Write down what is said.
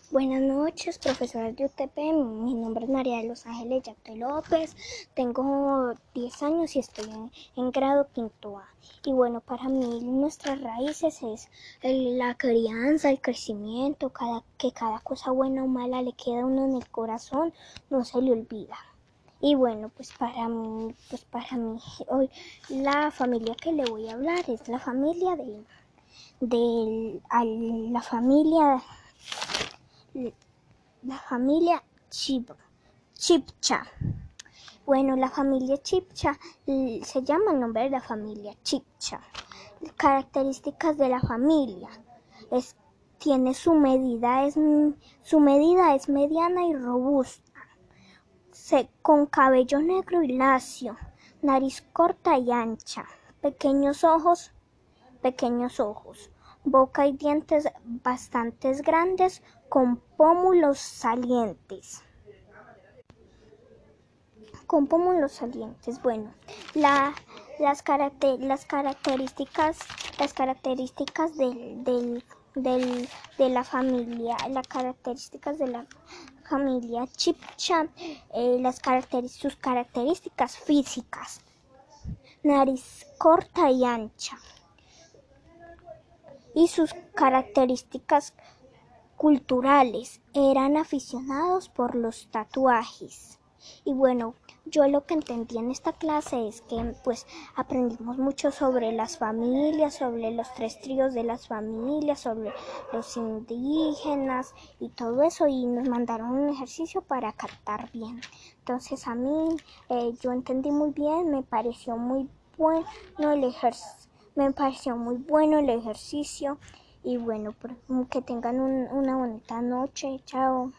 Buenas noches, profesora de UTP. Mi nombre es María de los Ángeles Yate López. Tengo 10 años y estoy en grado quinto A. Y bueno, para mí nuestras raíces es la crianza, el crecimiento, que cada cosa buena o mala le queda a uno en el corazón, no se le olvida. Y bueno, pues para mí hoy la familia que le voy a hablar es la familia la familia Chibcha. Bueno, la familia Chibcha se llama el nombre de la familia Chibcha. Características de la familia. Su medida es mediana y robusta, con cabello negro y lacio, nariz corta y ancha, pequeños ojos, boca y dientes bastante grandes con pómulos salientes. Bueno, las características de la familia, Chibcha, sus características físicas: nariz corta y ancha. Y sus características culturales: eran aficionados por los tatuajes. Y bueno, yo lo que entendí en esta clase es que pues aprendimos mucho sobre las familias, sobre los 3 tríos de las familias, sobre los indígenas y todo eso, y nos mandaron un ejercicio para captar bien. Entonces a mí yo entendí muy bien, me pareció muy bueno el ejercicio. Y bueno, que tengan una bonita noche. Chao.